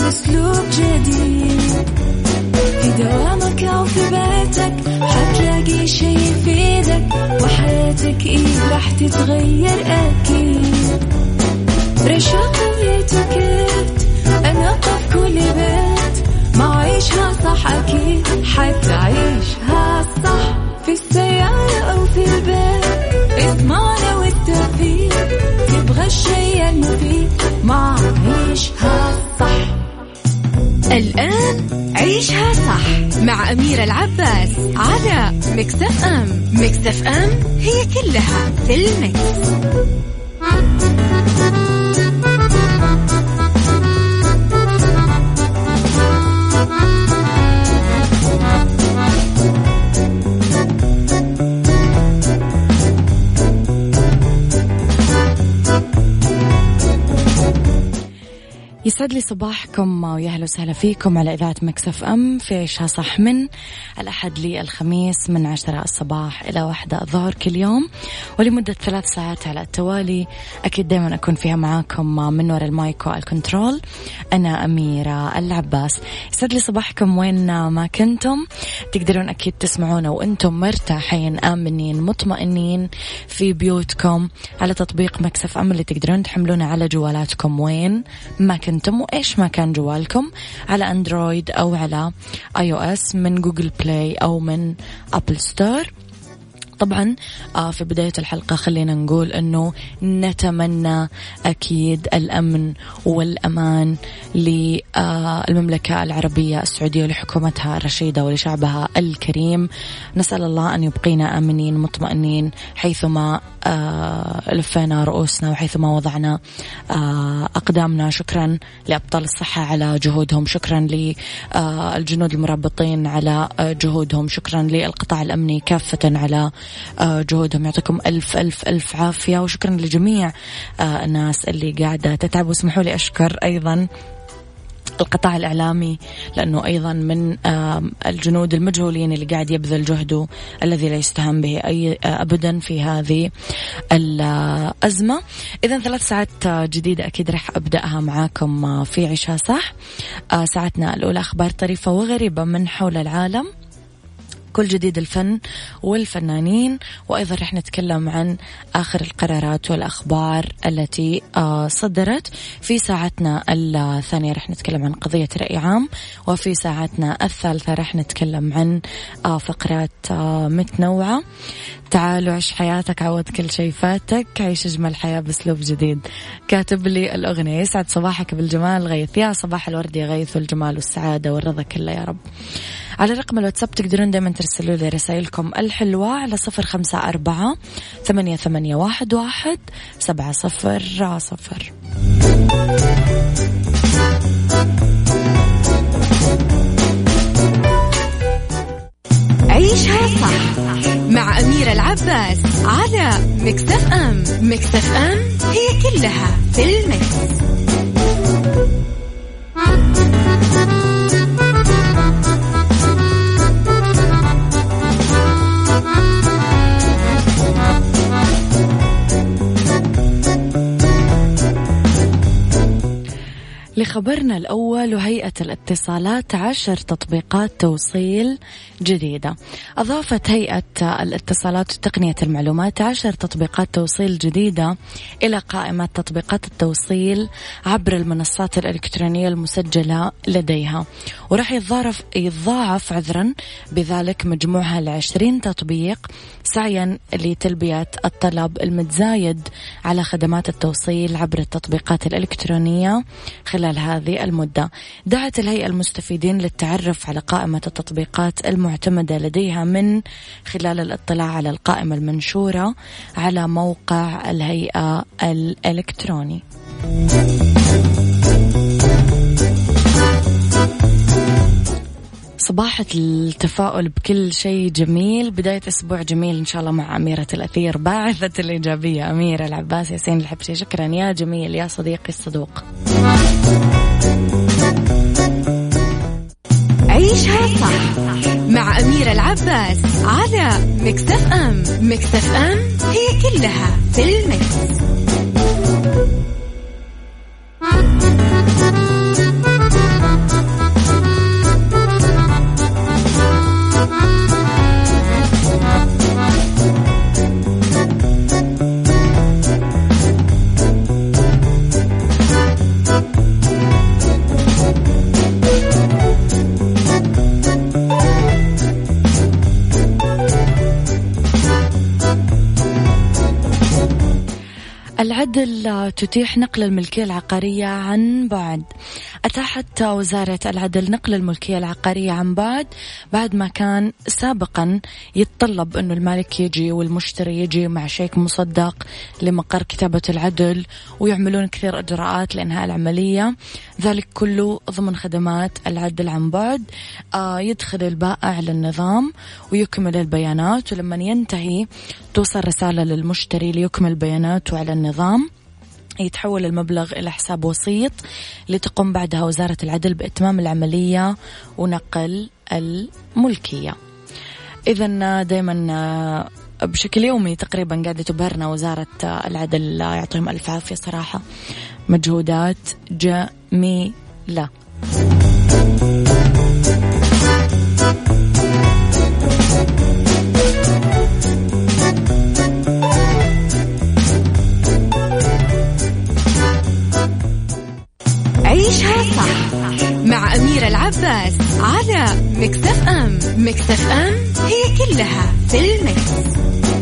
بأسلوب جديد. في دوامك أو في بيتك حتلاقي شي يفيدك، وحياتك إيه راح تتغير أكيد. رشاق ويتوكيت أنا قف كل بيت، ما عيشها صح أكيد حتعيشها صح. في السيارة أو في البيت اسمعنا والتوفيق، تبغى الشيء المفيد ما عيشها صح. الآن عيشها صح مع أميرة العباس على ميكس اف ام. ميكس اف ام هي كلها في الميكس. يسعد لي صباحكم ويا أهلا وسهلا فيكم على إذاعة ميكس اف ام في عيشها صح من الأحد للخميس من 10 الصباح إلى 1 الظهر كل يوم، ولمدة 3 ساعات على التوالي. أكيد دايما أكون فيها معاكم من وراء المايك والكنترول، أنا أميرة العباس. يسعد لي صباحكم وين ما كنتم. تقدرون أكيد تسمعونا وأنتم مرتاحين آمنين مطمئنين في بيوتكم على تطبيق ميكس اف ام اللي تقدرون تحملونه على جوالاتكم وين ما كنتم وإيش ما كان جوالكم، على أندرويد أو على آي أو إس، من جوجل بلاي أو من أبل ستور. طبعا في بداية الحلقة خلينا نقول أنه نتمنى أكيد الأمن والأمان للمملكة العربية السعودية ولحكومتها الرشيدة ولشعبها الكريم. نسأل الله أن يبقينا آمنين مطمئنين حيثما لفينا رؤوسنا وحيثما وضعنا أقدامنا. شكرا لأبطال الصحة على جهودهم، شكرا للجنود المرابطين على جهودهم، شكرا للقطاع الأمني كافة على جهودهم. يعطيكم ألف ألف ألف عافية، وشكرا لجميع الناس اللي قاعدة تتعب. واسمحوا لي أشكر أيضا القطاع الإعلامي، لأنه أيضا من الجنود المجهولين اللي قاعد يبذل جهده الذي لا يستهان به أبدا في هذه الأزمة. إذن 3 ساعات جديدة أكيد رح أبدأها معاكم في عيشها صح. ساعتنا الأولى أخبار طريفة وغريبة من حول العالم، كل جديد الفن والفنانين، وأيضا رح نتكلم عن آخر القرارات والأخبار التي صدرت. في ساعتنا الثانية رح نتكلم عن قضية رأي عام، وفي ساعتنا الثالثة رح نتكلم عن فقرات متنوعة. تعالوا عيش حياتك، عوض كل شيء فاتك، عيش أجمل حياة بأسلوب جديد. كاتب لي الأغنية يسعد صباحك بالجمال غيث، يا صباح الورد يا غيث والجمال والسعادة والرضا كله يا رب. على رقم الواتساب تقدرون دائما ترسلوا لي رسائلكم الحلوة على 0548811700. عيشها صح مع أميرة العباس على ميكس اف ام. ميكس اف ام هي كلها في الميكس. لخبرنا الأول، وهيئة الاتصالات 10 تطبيقات توصيل جديدة. أضافت هيئة الاتصالات وتقنية المعلومات 10 تطبيقات توصيل جديدة إلى قائمة تطبيقات التوصيل عبر المنصات الإلكترونية المسجلة لديها، وراح يتضاعف بذلك مجموعها 20 تطبيق سعيا لتلبية الطلب المتزايد على خدمات التوصيل عبر التطبيقات الإلكترونية خلال هذه المدة. دعت الهيئة المستفيدين للتعرف على قائمة التطبيقات المعتمدة لديها من خلال الاطلاع على القائمة المنشورة على موقع الهيئة الإلكتروني. صباحة التفاؤل بكل شيء جميل، بداية أسبوع جميل إن شاء الله مع أميرة الأثير باعثة الإيجابية أميرة العباس ياسين الحبشي. شكرا يا جميل يا صديقي الصدوق. عيشها صح مع أميرة العباس على ميكس اف ام. ميكس اف ام هي كلها في الميكس. العدل تتيح نقل الملكية العقارية عن بعد. أتاحت وزارة العدل نقل الملكية العقارية عن بعد ما كان سابقا يتطلب أنه المالك يجي والمشتري يجي مع شيك مصدق لمقر كتابة العدل، ويعملون كثير إجراءات لإنهاء العملية، ذلك كله ضمن خدمات العدل عن بعد. يدخل البائع للنظام ويكمل البيانات، ولما ينتهي توصل رسالة للمشتري ليكمل بياناته على النظام، يتحول المبلغ إلى حساب وسيط لتقوم بعدها وزارة العدل بإتمام العملية ونقل الملكية. إذن دايما بشكل يومي تقريبا قاعدة تبهرنا وزارة العدل، يعطيهم ألف عافية صراحة، مجهودات جميلة. عيشها صح مع أميرة العباس على ميكس اف ام. ميكس اف ام هي كلها في الميكس.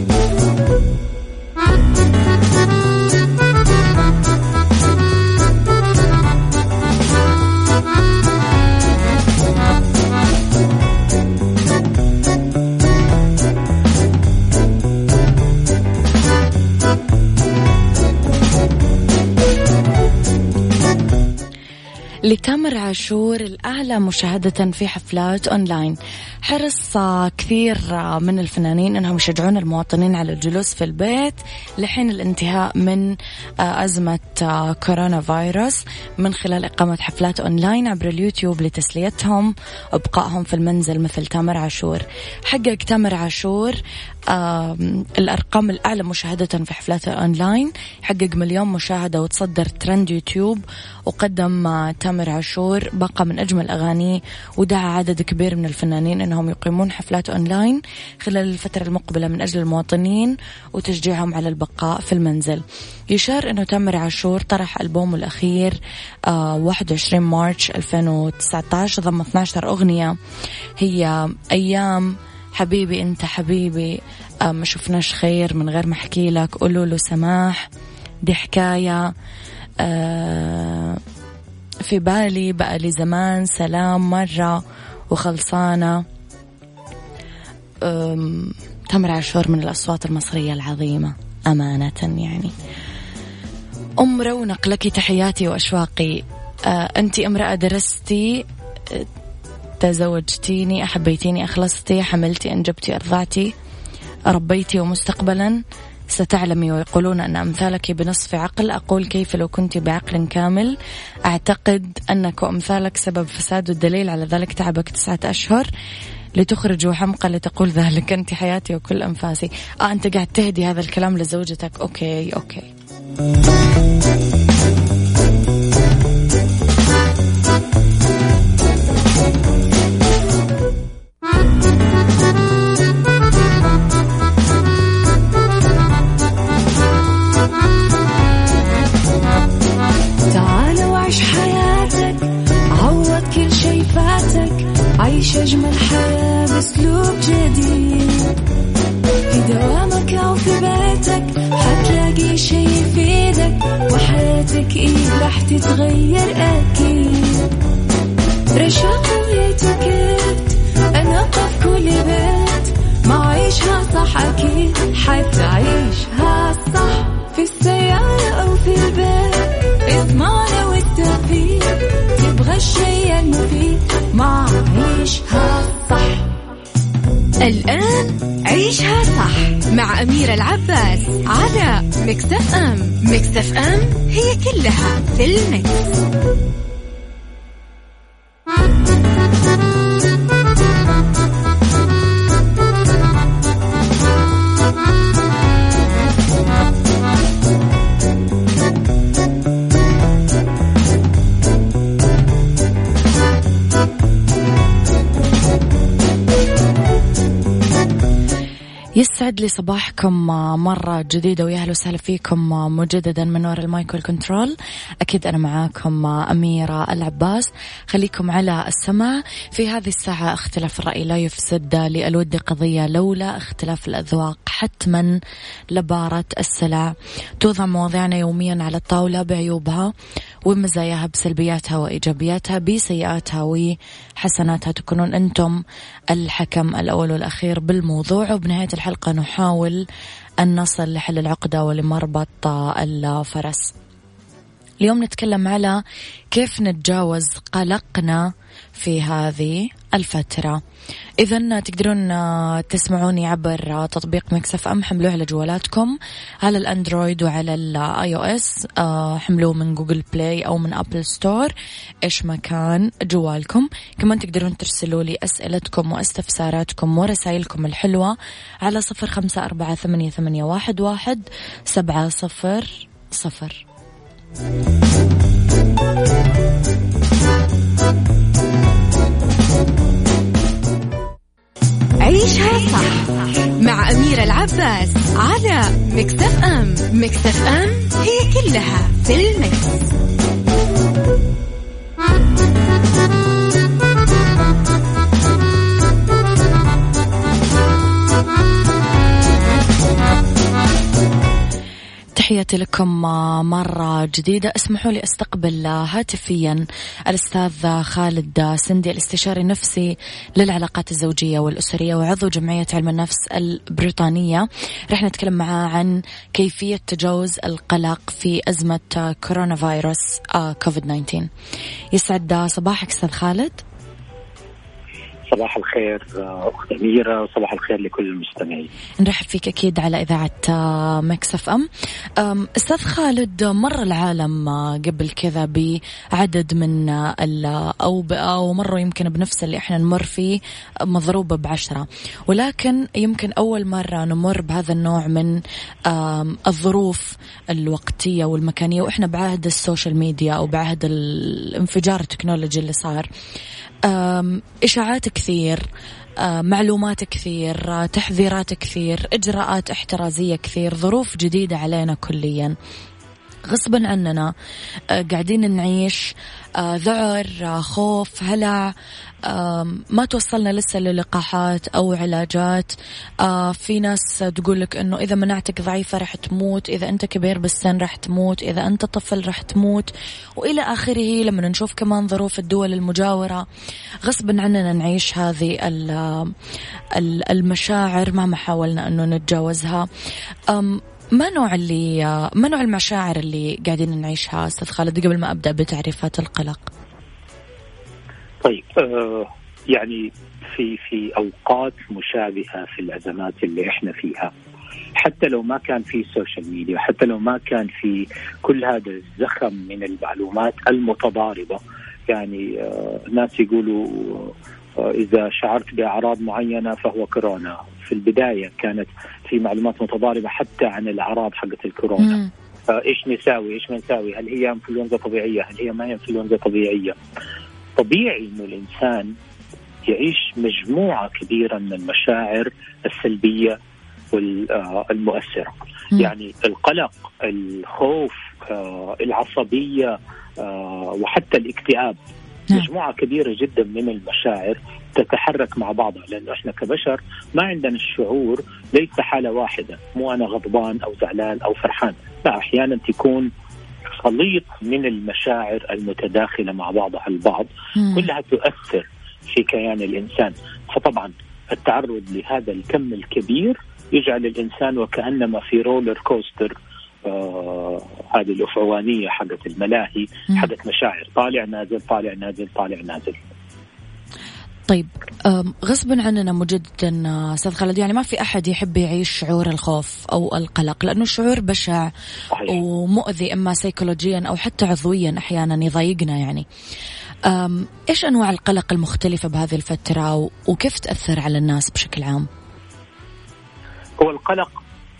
لتامر عاشور الأعلى مشاهدة في حفلات أونلاين. حرص كثير من الفنانين أنهم يشجعون المواطنين على الجلوس في البيت لحين الانتهاء من أزمة كورونا فيروس من خلال إقامة حفلات أونلاين عبر اليوتيوب لتسليتهم وإبقائهم في المنزل. مثل تامر عاشور، حقق تامر عاشور الأرقام الأعلى مشاهدة في حفلات الأونلاين، حقق 1,000,000 مشاهدة وتصدر ترند يوتيوب. وقدم تامر عاشور باقة من أجمل أغانيه، ودعا عدد كبير من الفنانين أنهم يقيمون حفلات أونلاين خلال الفترة المقبلة من أجل المواطنين وتشجيعهم على البقاء في المنزل. يشار أنه تامر عاشور طرح ألبومه الأخير 21 مارس 2019، ضم 12 أغنية، هي أيام، حبيبي أنت حبيبي، ما شفناش خير، من غير ما أحكي لك، قولوا له سماح، دي حكاية، في بالي، بقى لي زمان، سلام، مرة، وخلصانة. تامر عاشور من الأصوات المصرية العظيمة أمانة يعني. أم رونق، لك تحياتي وأشواقي. أنت امرأة درستي، تزوجتيني، أحبيتيني، أخلصتي، حملتي، أنجبتي، أرضعتي، ربيتي، ومستقبلا ستعلمي. ويقولون أن أمثالك بنصف عقل. أقول كيف لو كنت بعقل كامل. أعتقد أنك وأمثالك سبب فساد، والدليل على ذلك تعبك 9 أشهر لتخرج حمقى لتقول ذلك. أنت حياتي وكل أنفاسي. أنت قاعد تهدي هذا الكلام لزوجتك. أوكي. عيش أجمل حياة بأسلوب جديد، في دوامك أو في بيتك حتلاقي شي يفيدك، وحياتك إيه راح تتغير أكيد. رشاق ويتوكيت أنا قف كل بيت، ما عيشها صح أكيد حتعيشها صح، في السيارة أو في البيت اسمعنا والتوفيق، تبغى الشيء المفيد ما عيشها صح. الآن عيشها صح مع أميرة العباس على ميكس اف ام. ميكس اف ام هي كلها في الميكس. يسعد لي صباحكم مرة جديدة، ويا أهلا وسهلا فيكم مجددا من وراء المايك والكنترول. أكيد أنا معاكم أميرة العباس. خليكم على السمع. في هذه الساعة اختلاف الرأي لا يفسد للود قضية، لولا اختلاف الأذواق حتما لبارة السلع. توضع مواضيعنا يوميا على الطاولة بعيوبها ومزاياها، بسلبياتها وإيجابياتها، بسيئاتها وحسناتها. تكونون أنتم الحكم الأول والأخير بالموضوع، وبنهاية الحلقة نحاول أن نصل لحل العقدة ولمربط الفرس. اليوم نتكلم على كيف نتجاوز قلقنا في هذه الفترة. إذن تقدرون تسمعوني عبر تطبيق ميكس اف ام، حملوه على جوالاتكم على الأندرويد وعلى الآي أو إس. حملوه من جوجل بلاي أو من أبل ستور، إيش ما كان جوالكم. كمان تقدرون ترسلوا لي أسئلتكم واستفساراتكم ورسائلكم الحلوة على 0548811700. عيشها صح مع أميرة العباس على ميكس اف ام. ميكس اف ام هي كلها في الميكس. تحياتي لكم مرة جديدة. اسمحوا لي استقبل هاتفيا الأستاذ خالد سندي، الاستشاري النفسي للعلاقات الزوجية والأسرية وعضو جمعية علم النفس البريطانية. رح نتكلم معاه عن كيفية تجاوز القلق في أزمة كورونا فيروس كوفيد-19. يسعد صباحك أستاذ خالد. صباح الخير أخت أميرة، وصباح الخير لكل المستمعين. نرحب فيك أكيد على إذاعة ميكس اف ام. أستاذ خالد، مر العالم قبل كذا بعدد من الأوبئة، ومروا يمكن بنفس اللي إحنا نمر فيه مضروبة ب10، ولكن يمكن أول مرة نمر بهذا النوع من الظروف الوقتية والمكانية، وإحنا بعهد السوشيال ميديا أو بعهد الانفجار التكنولوجي اللي صار. إشاعات كثير، معلومات كثير، تحذيرات كثير، إجراءات احترازية كثير، ظروف جديدة علينا كليا. غصبا عننا قاعدين نعيش ذعر، خوف، هلع. ما توصلنا لسه للقاحات أو علاجات. في ناس تقولك أنه إذا مناعتك ضعيفة رح تموت، إذا أنت كبير بالسن رح تموت، إذا أنت طفل رح تموت، وإلى آخره. لما نشوف كمان ظروف الدول المجاورة، غصبا عننا نعيش هذه المشاعر مهما حاولنا أنه نتجاوزها. ما نوع المشاعر اللي قاعدين نعيشها أستاذ خالد، قبل ما أبدأ بتعريفات القلق؟ طيب، يعني في أوقات مشابهة في الأزمات اللي إحنا فيها، حتى لو ما كان في سوشيال ميديا، حتى لو ما كان في كل هذا الزخم من المعلومات المتضاربة، يعني ناس يقولوا إذا شعرت بأعراض معينة فهو كورونا. في البداية كانت في معلومات متضاربة حتى عن الأعراض حقت الكورونا. إيش نساوي، إيش ما نساوي، هل هي إنفلونزا طبيعية، هل هي ما هي إنفلونزا طبيعية. طبيعي إنه الإنسان يعيش مجموعة كبيرة من المشاعر السلبية والمؤثرة. يعني القلق، الخوف، العصبية، وحتى الاكتئاب، مجموعة كبيرة جدا من المشاعر تتحرك مع بعضها، لأنه إحنا كبشر ما عندنا الشعور ليس حالة واحدة، مو أنا غضبان أو زعلان أو فرحان، لا، أحيانا تكون خليط من المشاعر المتداخلة مع بعضها البعض، كلها تؤثر في كيان الإنسان. فطبعا التعرض لهذا الكم الكبير يجعل الإنسان وكأنما في رولر كوستر، هذه الأفعوانية حقت الملاهي، حقت مشاعر، طالع نازل طالع نازل طالع نازل. طيب، غصبا عننا مجددا أستاذ خالد، يعني ما في أحد يحب يعيش شعور الخوف أو القلق، لأنه الشعور بشع صحيح. ومؤذي، إما سيكولوجيا أو حتى عضويا، أحيانا يضايقنا. يعني إيش أنواع القلق المختلفة بهذه الفترة، وكيف تأثر على الناس بشكل عام؟ هو القلق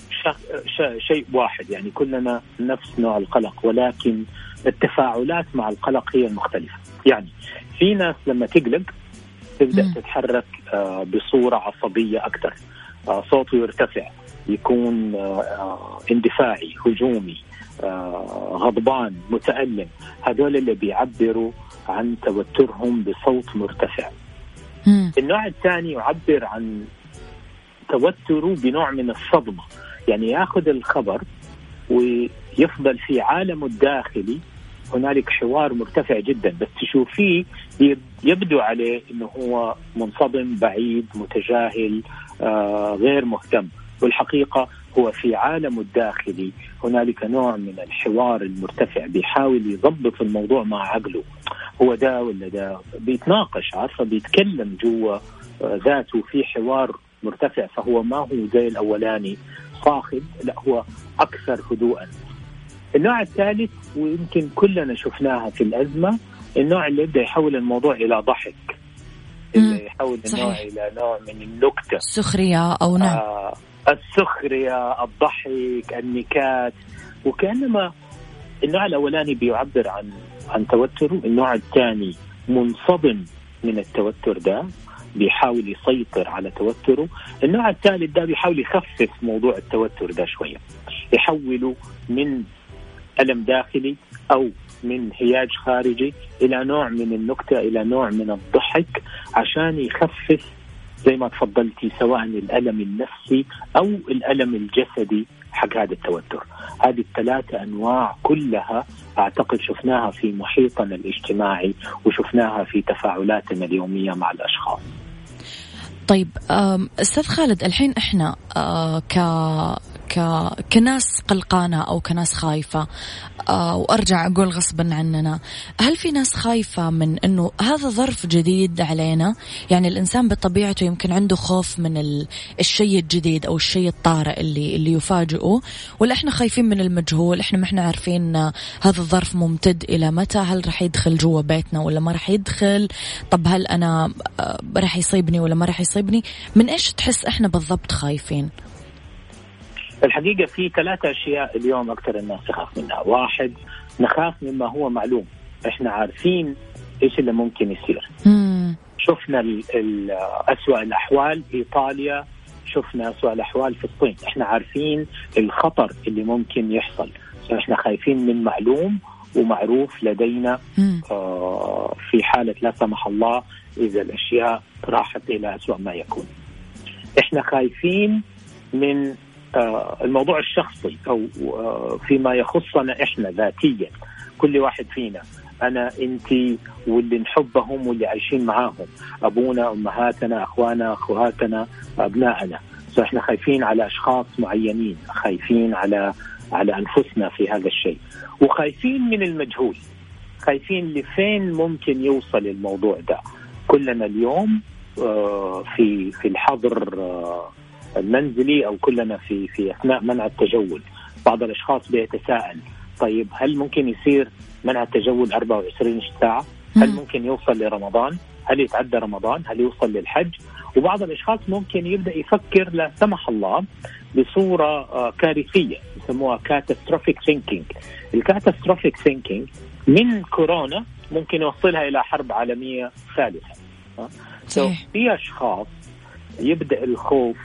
شيء واحد، يعني كلنا نفس نوع القلق، ولكن التفاعلات مع القلق هي المختلفة. يعني في ناس لما تقلق تبدأ تتحرك بصورة عصبية أكثر، صوته يرتفع، يكون اندفاعي، هجومي، غضبان، متألم، هذول اللي بيعبروا عن توترهم بصوت مرتفع. النوع الثاني يعبر عن توتره بنوع من الصدمة، يعني ياخذ الخبر ويفضل في عالمه الداخلي هنالك حوار مرتفع جدا، بس تشوفيه يبدو عليه انه هو منصدم، بعيد، متجاهل، غير مهتم، والحقيقة هو في عالمه الداخلي هنالك نوع من الحوار المرتفع، بيحاول يضبط الموضوع مع عقله، هو ده ولا ده، بيتناقش، عارفة، بيتكلم جوا ذاته في حوار مرتفع، فهو ما هو زي الأولاني صاخب، لا هو أكثر هدوءا. النوع الثالث ويمكن كلنا شفناها في الأزمة، النوع اللي يبدأ يحول الموضوع إلى ضحك، اللي يحول النوع إلى نوع من النكتة، السخرية أو نعم السخرية، الضحك، النكات، وكأنما النوع الأولاني بيعبر عن توتره، النوع الثاني منصدم من التوتر ده بيحاول يسيطر على توتره، النوع الثالث ده بيحاول يخفف موضوع التوتر ده شوية، يحوله من ألم داخلي أو من هياج خارجي إلى نوع من النكتة، إلى نوع من الضحك، عشان يخفف زي ما تفضلتي سواء الألم النفسي أو الألم الجسدي حق هذا التوتر. هذه الثلاثة أنواع كلها أعتقد شفناها في محيطنا الاجتماعي وشفناها في تفاعلاتنا اليومية مع الأشخاص. طيب أستاذ خالد، الحين إحنا كناس قلقانة أو كناس خايفة، وأرجع أقول غصبا عننا، هل في ناس خايفة من أنه هذا ظرف جديد علينا؟ يعني الإنسان بطبيعته يمكن عنده خوف من الشيء الجديد أو الشيء الطارئ اللي يفاجئه، ولا إحنا خايفين من المجهول؟ إحنا ما إحنا عارفين هذا الظرف ممتد إلى متى، هل رح يدخل جوا بيتنا ولا ما رح يدخل؟ طب هل أنا رح يصيبني ولا ما رح يصيبني؟ من إيش تحس إحنا بالضبط خايفين؟ الحقيقة في 3 أشياء اليوم أكثر الناس تخاف منها. 1، نخاف مما هو معلوم، إحنا عارفين إيش اللي ممكن يصير. شفنا أسوأ الأحوال في إيطاليا، شفنا أسوأ الأحوال في الصين، إحنا عارفين الخطر اللي ممكن يحصل، إحنا خايفين من معلوم ومعروف لدينا. في حالة لا سمح الله إذا الأشياء راحت إلى أسوأ ما يكون. إحنا خايفين من الموضوع الشخصي أو فيما يخصنا إحنا ذاتيا، كل واحد فينا، أنا أنتي واللي نحبهم واللي عايشين معاهم، أبونا، أمهاتنا، أخوانا، أخواتنا، أبنائنا. فإحنا خايفين على أشخاص معينين، خايفين على أنفسنا في هذا الشيء، وخايفين من المجهول، خايفين لفين ممكن يوصل الموضوع ده. كلنا اليوم في الحظر المنزلي أو كلنا في أثناء منع التجول. بعض الأشخاص بيتساءل، طيب هل ممكن يصير منع التجول 24 ساعة؟ هل ممكن يوصل لرمضان؟ هل يتعدى رمضان؟ هل يوصل للحج؟ وبعض الأشخاص ممكن يبدأ يفكر لا سمح الله بصورة كارثية، يسموها catastrophic thinking. الكاتاستروفيك ثينكينج من كورونا ممكن يوصلها إلى حرب عالمية ثالثة. في أشخاص يبدأ الخوف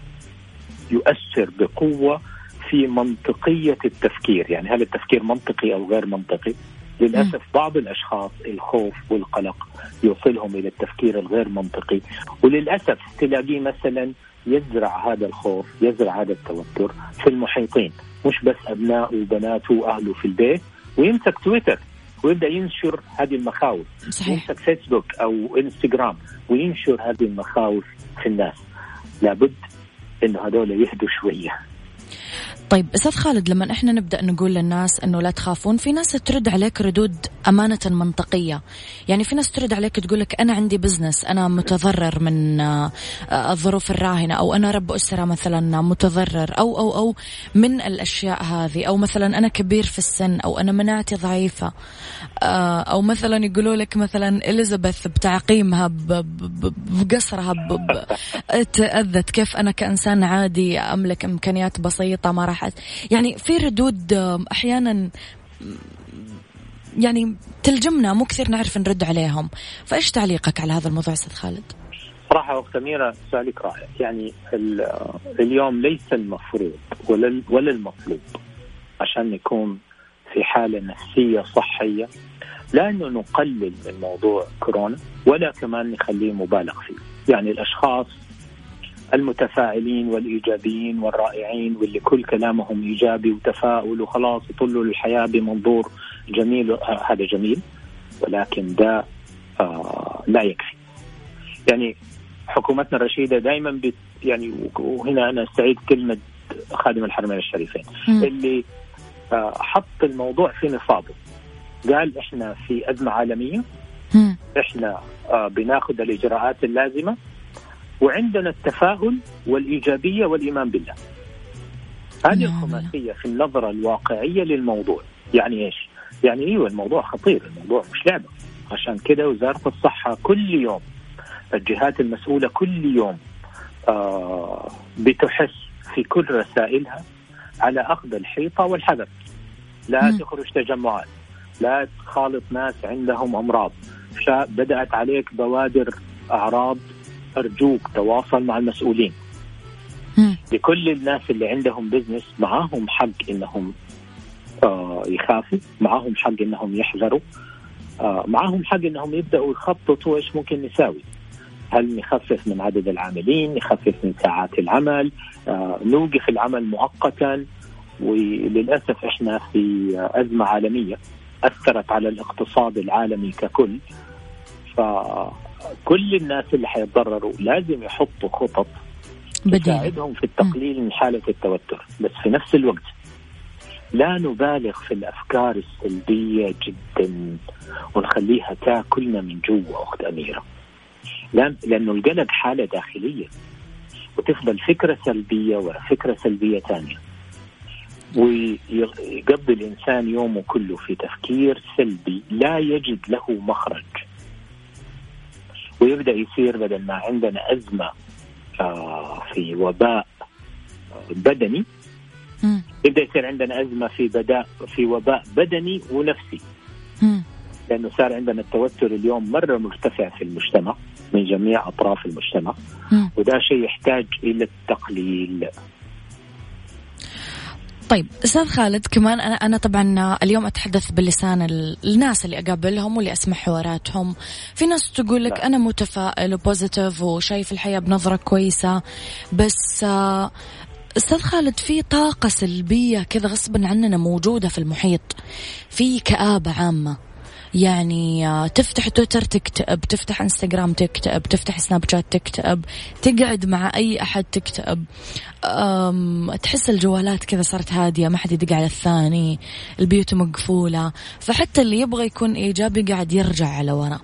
يؤثر بقوة في منطقية التفكير، يعني هل التفكير منطقي أو غير منطقي؟ للأسف بعض الأشخاص الخوف والقلق يوصلهم إلى التفكير الغير منطقي، وللأسف تلاقيه مثلا يزرع هذا الخوف، يزرع هذا التوتر في المحيطين، مش بس أبناء وبناته وأهله في البيت، ويمسك تويتر ويبدأ ينشر هذه المخاوف، يمسك فيسبوك أو إنستغرام وينشر هذه المخاوف في الناس. لابد إنه هذول يهدوا شوية. طيب أستاذ خالد، لما إحنا نبدأ نقول للناس إنه لا تخافون، في ناس ترد عليك ردود أمانة منطقية. يعني في ناس ترد عليك تقولك أنا عندي بزنس، أنا متضرر من الظروف الراهنة، أو أنا رب أسرة مثلا متضرر، أو من الأشياء هذه، أو مثلا أنا كبير في السن، أو أنا مناعتي ضعيفة، أو مثلا يقولوا لك مثلا إليزابيث بتعقيمها بقصرها تأذت، كيف أنا كإنسان عادي أملك إمكانيات بسيطة ما راح. يعني في ردود أحيانا يعني تلجمنا، مو كثير نعرف نرد عليهم. فإيش تعليقك على هذا الموضوع أستاذ خالد؟ صراحة وقت أميرة سؤالك رائع. يعني اليوم ليس المفروض ولا المطلوب عشان نكون في حالة نفسية صحية لا أنه نقلل من موضوع كورونا ولا كمان نخليه مبالغ فيه. يعني الأشخاص المتفاعلين والإيجابيين والرائعين واللي كل كلامهم إيجابي وتفاؤل وخلاص يطلوا الحياة بمنظور جميل، هذا جميل، ولكن ده لا يكفي. يعني حكومتنا الرشيدة دائما يعني وهنا أنا استعيد كلمة خادم الحرمين الشريفين اللي حط الموضوع في نصابه، قال إحنا في أزمة عالمية، إحنا بناخذ الإجراءات اللازمة وعندنا التفاؤل والإيجابية والإيمان بالله. هذه الخماسية في النظرة الواقعية للموضوع. يعني إيش؟ يعني إيوه الموضوع خطير، الموضوع مش لعبة. عشان كده وزارة الصحة كل يوم، الجهات المسؤولة كل يوم بتحس في كل رسائلها على أخذ الحيطة والحذر. لا تخرج تجمعات، لا تخالط ناس عندهم أمراض، بدأت عليك بوادر أعراض، أرجوك تواصل مع المسؤولين. لكل الناس اللي عندهم بزنس معاهم حق إنهم يخافوا، معاهم حق إنهم يحذروا، معاهم حق إنهم يبدأوا يخططوا إيش ممكن نساوي. هل نخفف من عدد العاملين، نخفف من ساعات العمل، نوقف العمل مؤقتا. وللأسف إحنا في أزمة عالمية أثرت على الاقتصاد العالمي ككل، فكل الناس اللي حيتضرروا لازم يحطوا خطط تساعدهم في التقليل من حالة التوتر. بس في نفس الوقت لا نبالغ في الأفكار السلبية جدا ونخليها تاكلنا من جوا أخت أميرة، لأنه القلق حالة داخلية وتفضل فكرة سلبية ورا فكرة سلبية تانية، ويقضي الإنسان يومه كله في تفكير سلبي لا يجد له مخرج، ويبدأ يصير بدل ما عندنا أزمة في وباء بدني يبدأ يصير عندنا أزمة في وباء بدني ونفسي. لأنه صار عندنا التوتر اليوم مرة مرتفع في المجتمع من جميع أطراف المجتمع، وده شيء يحتاج إلى التقليل. طيب أستاذ خالد، كمان أنا طبعا اليوم أتحدث باللسان الناس اللي أقابلهم واللي أسمع حواراتهم. في ناس تقول لك أنا متفائل وبوزيتيف وشايف الحياة بنظرة كويسة، بس أستاذ خالد في طاقة سلبية كذا غصبا عننا موجودة في المحيط، في كآبة عامة. يعني تفتح تويتر تكتئب، تفتح انستغرام تكتئب، تفتح سناب شات تكتئب، تقعد مع أي أحد تكتئب، تحس الجوالات كذا صارت هادية، ما حد يدق على الثاني، البيوت مقفولة، فحتى اللي يبغى يكون إيجابي قاعد يرجع على ورا.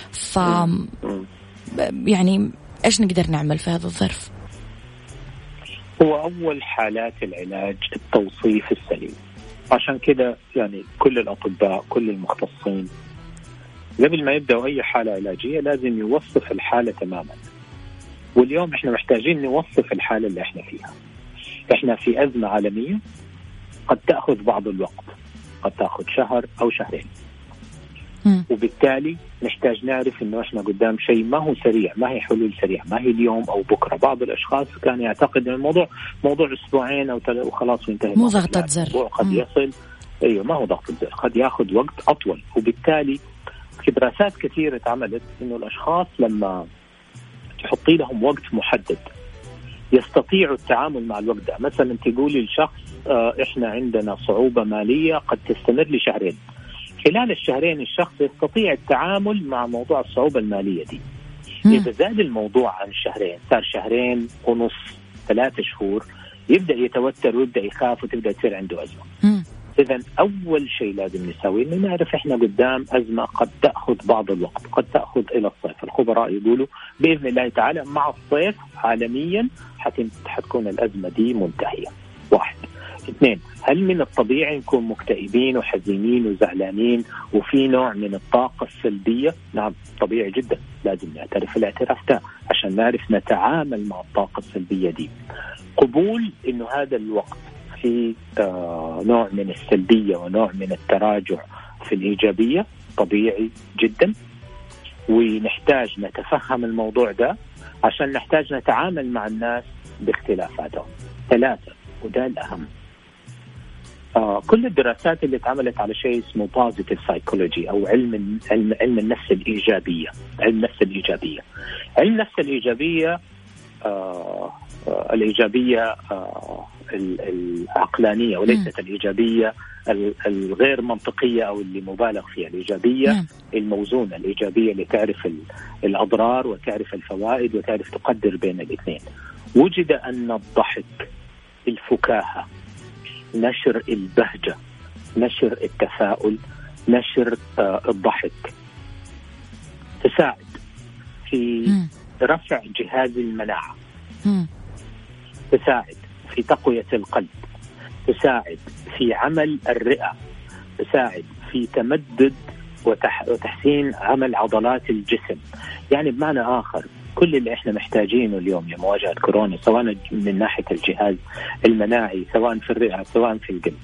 يعني إيش نقدر نعمل في هذا الظرف؟ هو أول حالات العلاج التوصيف السليم. عشان كده يعني كل الأطباء كل المختصين قبل ما يبدأوا أي حالة علاجية لازم يوصف الحالة تماما. واليوم إحنا محتاجين نوصف الحالة اللي إحنا فيها. إحنا في أزمة عالمية قد تأخذ بعض الوقت، قد تأخذ شهر أو شهرين، وبالتالي نحتاج نعرف إنه إحنا قدام شيء ما هو سريع، ما هي حلول سريع، ما هي اليوم أو بكرة. بعض الأشخاص كان يعتقد إن الموضوع موضوع أسبوعين أو وخلاص وانتهى. مو ضغطة زر، قد يصل ما هو ضغطة زر، قد يأخذ وقت أطول. وبالتالي في دراسات كثيرة اتعملت إنه الأشخاص لما تحطي لهم وقت محدد يستطيعوا التعامل مع الوقت ده. مثلا تقولي للشخص إحنا عندنا صعوبة مالية قد تستمر لشهرين، خلال الشهرين الشخص يستطيع التعامل مع موضوع الصعوبة المالية دي. إذا زاد الموضوع عن شهرين، صار 2.5 3 شهور، يبدأ يتوتر ويبدأ يخاف وتبدأ تصير عنده أزمة. إذن أول شيء لازم نسويه إنه نعرف إحنا قدام أزمة قد تأخذ بعض الوقت، قد تأخذ إلى الصيف. الخبراء يقولوا بإذن الله تعالى مع الصيف عالميا حتكون الأزمة دي منتهية. 1. 2. هل من الطبيعي نكون مكتئبين وحزينين وزعلانين وفي نوع من الطاقة السلبية؟ نعم طبيعي جدا، لازم نعترف الاعتراف ده عشان نعرف نتعامل مع الطاقة السلبية دي. قبول إنه هذا الوقت في نوع من السلبية ونوع من التراجع في الإيجابية طبيعي جدا. ونحتاج نتفهم الموضوع ده عشان نحتاج نتعامل مع الناس باختلافاتهم. 3، وده الأهم، كل الدراسات اللي اتعملت على شيء اسمه positive psychology أو علم النفس الإيجابية. علم النفس الإيجابية، علم النفس الإيجابية الإيجابية العقلانية وليست الإيجابية الغير منطقية أو اللي مبالغ فيها. الإيجابية الموزونة، الإيجابية اللي تعرف الأضرار وتعرف الفوائد وتعرف تقدر بين الاثنين. وجد أن الضحك، الفكاهة، نشر البهجة، نشر التفاؤل، نشر الضحك تساعد في رفع جهاز المناعة، تساعد في تقوية القلب، تساعد في عمل الرئة، تساعد في تمدد وتحسين عمل عضلات الجسم. يعني بمعنى آخر كل اللي احنا محتاجينه اليوم لمواجهة كورونا، سواء من ناحية الجهاز المناعي، سواء في الرئة، سواء في القلب،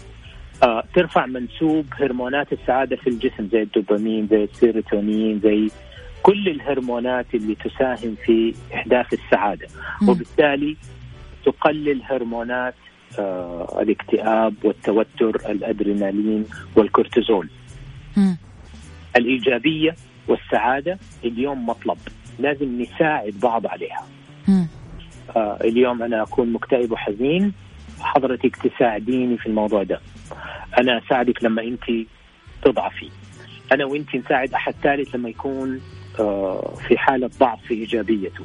ترفع منسوب هرمونات السعادة في الجسم زي الدوبامين، زي السيروتونين، زي كل الهرمونات اللي تساهم في إحداث السعادة، وبالتالي تقلل هرمونات الاكتئاب والتوتر، الأدرينالين والكورتيزول. الإيجابية والسعادة اليوم مطلب، لازم نساعد بعض عليها. اليوم أنا أكون مكتئب وحزين، حضرتك تساعديني في الموضوع ده. أنا أساعدك لما أنت تضعفي، أنا وأنت نساعد أحد ثالث لما يكون في حالة ضعف في إيجابيته.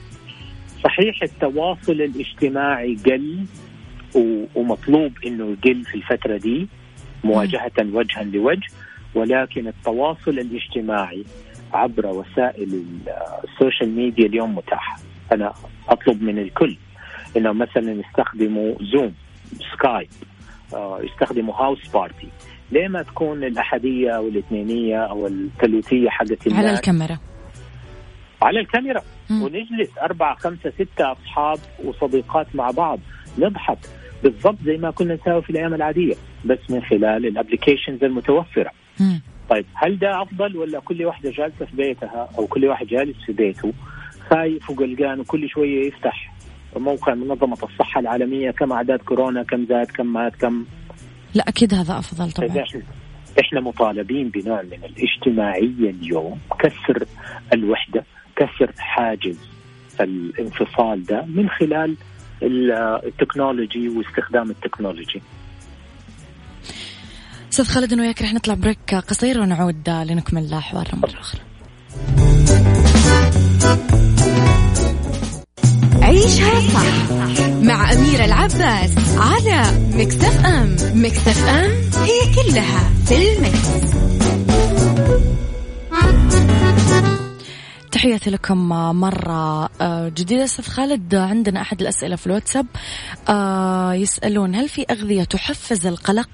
صحيح التواصل الاجتماعي قل ومطلوب إنه يقل في الفترة دي مواجهة وجها لوجه، ولكن التواصل الاجتماعي عبر وسائل السوشيال ميديا اليوم متاح. أنا أطلب من الكل إنه مثلا يستخدموا زوم، سكايب، يستخدموا هاوس بارتي. ليه ما تكون الأحدية أو الاثنينية أو الثلاثية حقت على الكاميرا، على الكاميرا، ونجلس 4 5 6 أصحاب وصديقات مع بعض نضحك بالضبط زي ما كنا نسوي في الأيام العادية، بس من خلال الابليكيشنز المتوفرة. طيب هل ده أفضل ولا كل واحدة جالسة في بيتها أو كل واحد جالس في بيته خايف وقلقان وكل شوية يفتح موقع منظمة الصحة العالمية كم أعداد كورونا، كم زاد، كم مات، كم؟ لا أكيد هذا أفضل طبعا. إحنا مطالبين بنوع من الاجتماعية اليوم، كسر الوحدة، كسر حاجز الانفصال ده من خلال التكنولوجي واستخدام التكنولوجي. أستاذ خالد أنا وياك رح نطلع بريك قصير ونعود لنكمل حوارنا مرة أخرى. عيشها صح مع أميرة العباس على ميكس اف ام. ميكس اف ام هي كلها في الميكس. تحياتي لكم مرة جديدة. أستاذ خالد عندنا أحد الأسئلة في الواتساب يسألون هل في أغذية تحفز القلق؟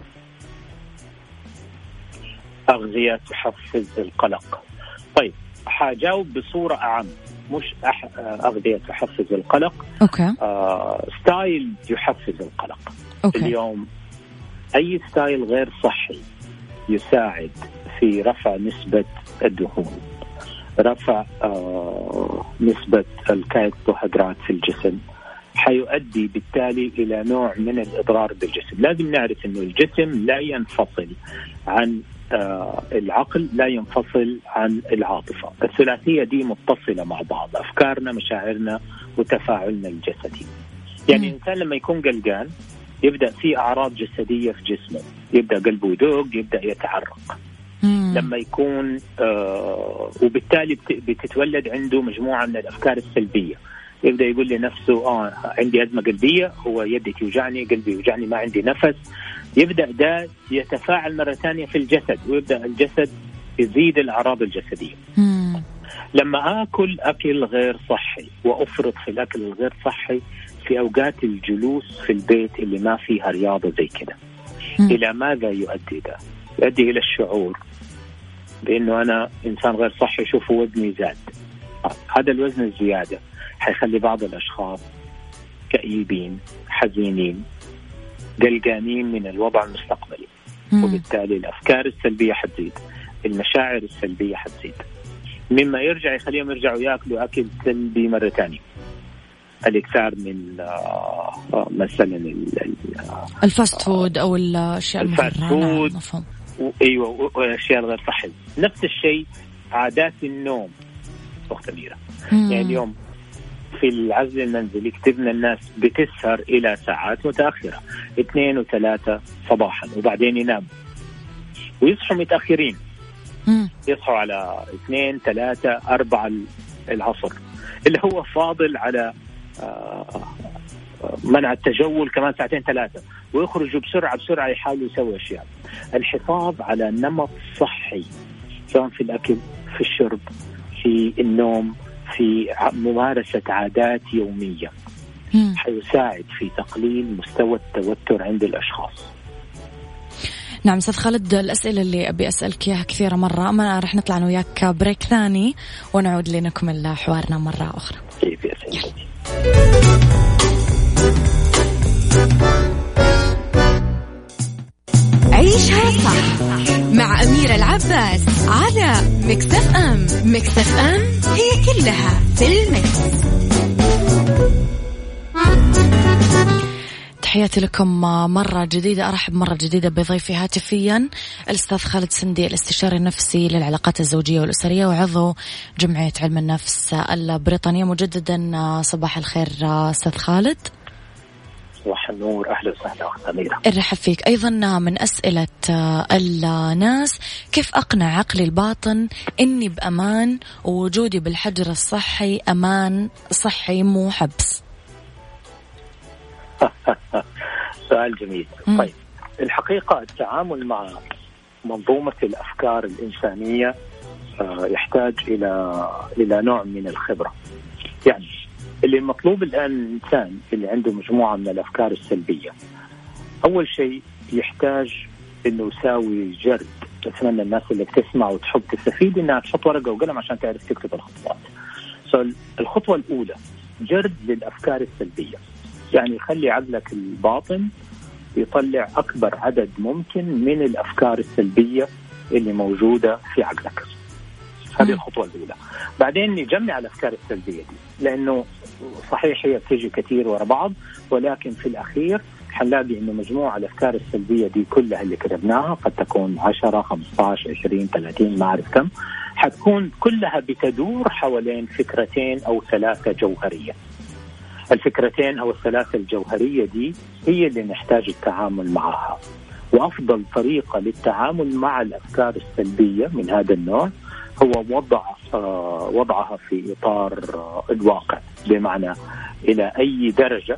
أغذية تحفز القلق؟ طيب حاجاوب بصورة أعم، مش أغذية تحفز القلق. أوكي. ستايل يحفز القلق. أوكي. اليوم أي ستايل غير صحي يساعد في رفع نسبة الدهون، رفع نسبة الكربوهيدرات في الجسم، حيؤدي بالتالي إلى نوع من الإضرار بالجسم. لازم نعرف أنه الجسم لا ينفصل عن العقل، لا ينفصل عن العاطفة. الثلاثية دي متصلة مع بعض، أفكارنا، مشاعرنا، وتفاعلنا الجسدي. يعني الإنسان لما يكون قلقان يبدأ في أعراض جسدية في جسمه، يبدأ قلبه يدق، يبدأ يتعرق. لما يكون وبالتالي بتتولد عنده مجموعة من الأفكار السلبية، يبدأ يقول لنفسه عندي أزمة قلبية، هو يدي توجعني، قلبي يوجعني، ما عندي نفس. يبدأ ده يتفاعل مرة ثانية في الجسد، ويبدأ الجسد يزيد الأعراض الجسدية. لما آكل أكل غير صحي وأفرط في الأكل الغير صحي في أوقات الجلوس في البيت اللي ما فيها رياضة زي كده، إلى ماذا يؤدي ده؟ يؤدي إلى الشعور بأنه أنا إنسان غير صحي، شوفوا وزني زاد. هذا الوزن الزيادة حيخلي بعض الأشخاص كئيبين، حزينين، قلقانين من الوضع المستقبلي، وبالتالي الأفكار السلبية حتزيد، المشاعر السلبية حتزيد. مما يرجع يخليهم يرجعوا يأكلوا أكل سلبي مرة تانية. الإكثار من مثلا الفاست فود أو الأشياء المحررة. أيوة، والأشياء الغير صحية. نفس الشيء عادات النوم أخت أميرة. يعني اليوم في العزل المنزلي كتبنا الناس بتسهر إلى ساعات متأخرة 2 و3 صباحا، وبعدين ينام ويصحوا متأخرين، يصحوا على 2 3 4 العصر، اللي هو فاضل على منع التجول كمان 2 3 ويخرجوا بسرعة يحاولوا يسوي أشياء. الحفاظ على نمط صحي سواء في الأكل، في الشرب، في النوم، في ممارسة عادات يومية حيساعد في تقليل مستوى التوتر عند الأشخاص. نعم أستاذ خالد، الأسئلة اللي أبي أسألك إياها كثيرة مرة، أما رح نطلع أنا وياك بريك ثاني ونعود لنكمل حوارنا مرة أخرى. كيف يا سيدي؟ عيشها صح مع أميرة العباس على ميكس اف ام. ميكس اف ام هي كلها في الميكس. تحياتي لكم مرة جديدة. أرحب مرة جديدة بضيفي هاتفيا الأستاذ خالد سندي، الاستشاري النفسي للعلاقات الزوجية والأسرية وعضو جمعية علم النفس البريطانية. مجددا صباح الخير أستاذ خالد. صباح النور، أهلا وسهلا أخت أميرة. ارحب فيك. أيضا من أسئلة الناس، كيف أقنع عقلي الباطن إني بأمان ووجودي بالحجر الصحي أمان صحي مو حبس؟ سؤال جميل. طيب، الحقيقة التعامل مع منظومة الأفكار الإنسانية يحتاج إلى نوع من الخبرة. يعني اللي مطلوب الآن الإنسان اللي عنده مجموعة من الأفكار السلبية، أول شيء يحتاج إنه يساوي جرد. أتمنى الناس اللي بتسمع وتحب تستفيد إنها تحط ورقة وقلم عشان تعرف تكتب الخطوات. الخطوة الأولى جرد للأفكار السلبية، يعني خلي عقلك الباطن يطلع أكبر عدد ممكن من الأفكار السلبية اللي موجودة في عقلك. هذه الخطوة الأولى. بعدين نجمع الأفكار السلبية دي، لأنه صحيح هي بتيجي كثير ورا بعض، ولكن في الأخير حنلاقي إنه مجموعة الأفكار السلبية دي كلها اللي كتبناها قد تكون 10 15 20 30 ما أعرف كم، حتكون كلها بتدور حوالين فكرتين أو 3 جوهرية. الفكرتين أو 3 الجوهرية دي هي اللي نحتاج التعامل معها. وأفضل طريقة للتعامل مع الأفكار السلبية من هذا النوع هو وضعها في إطار الواقع، بمعنى إلى أي درجة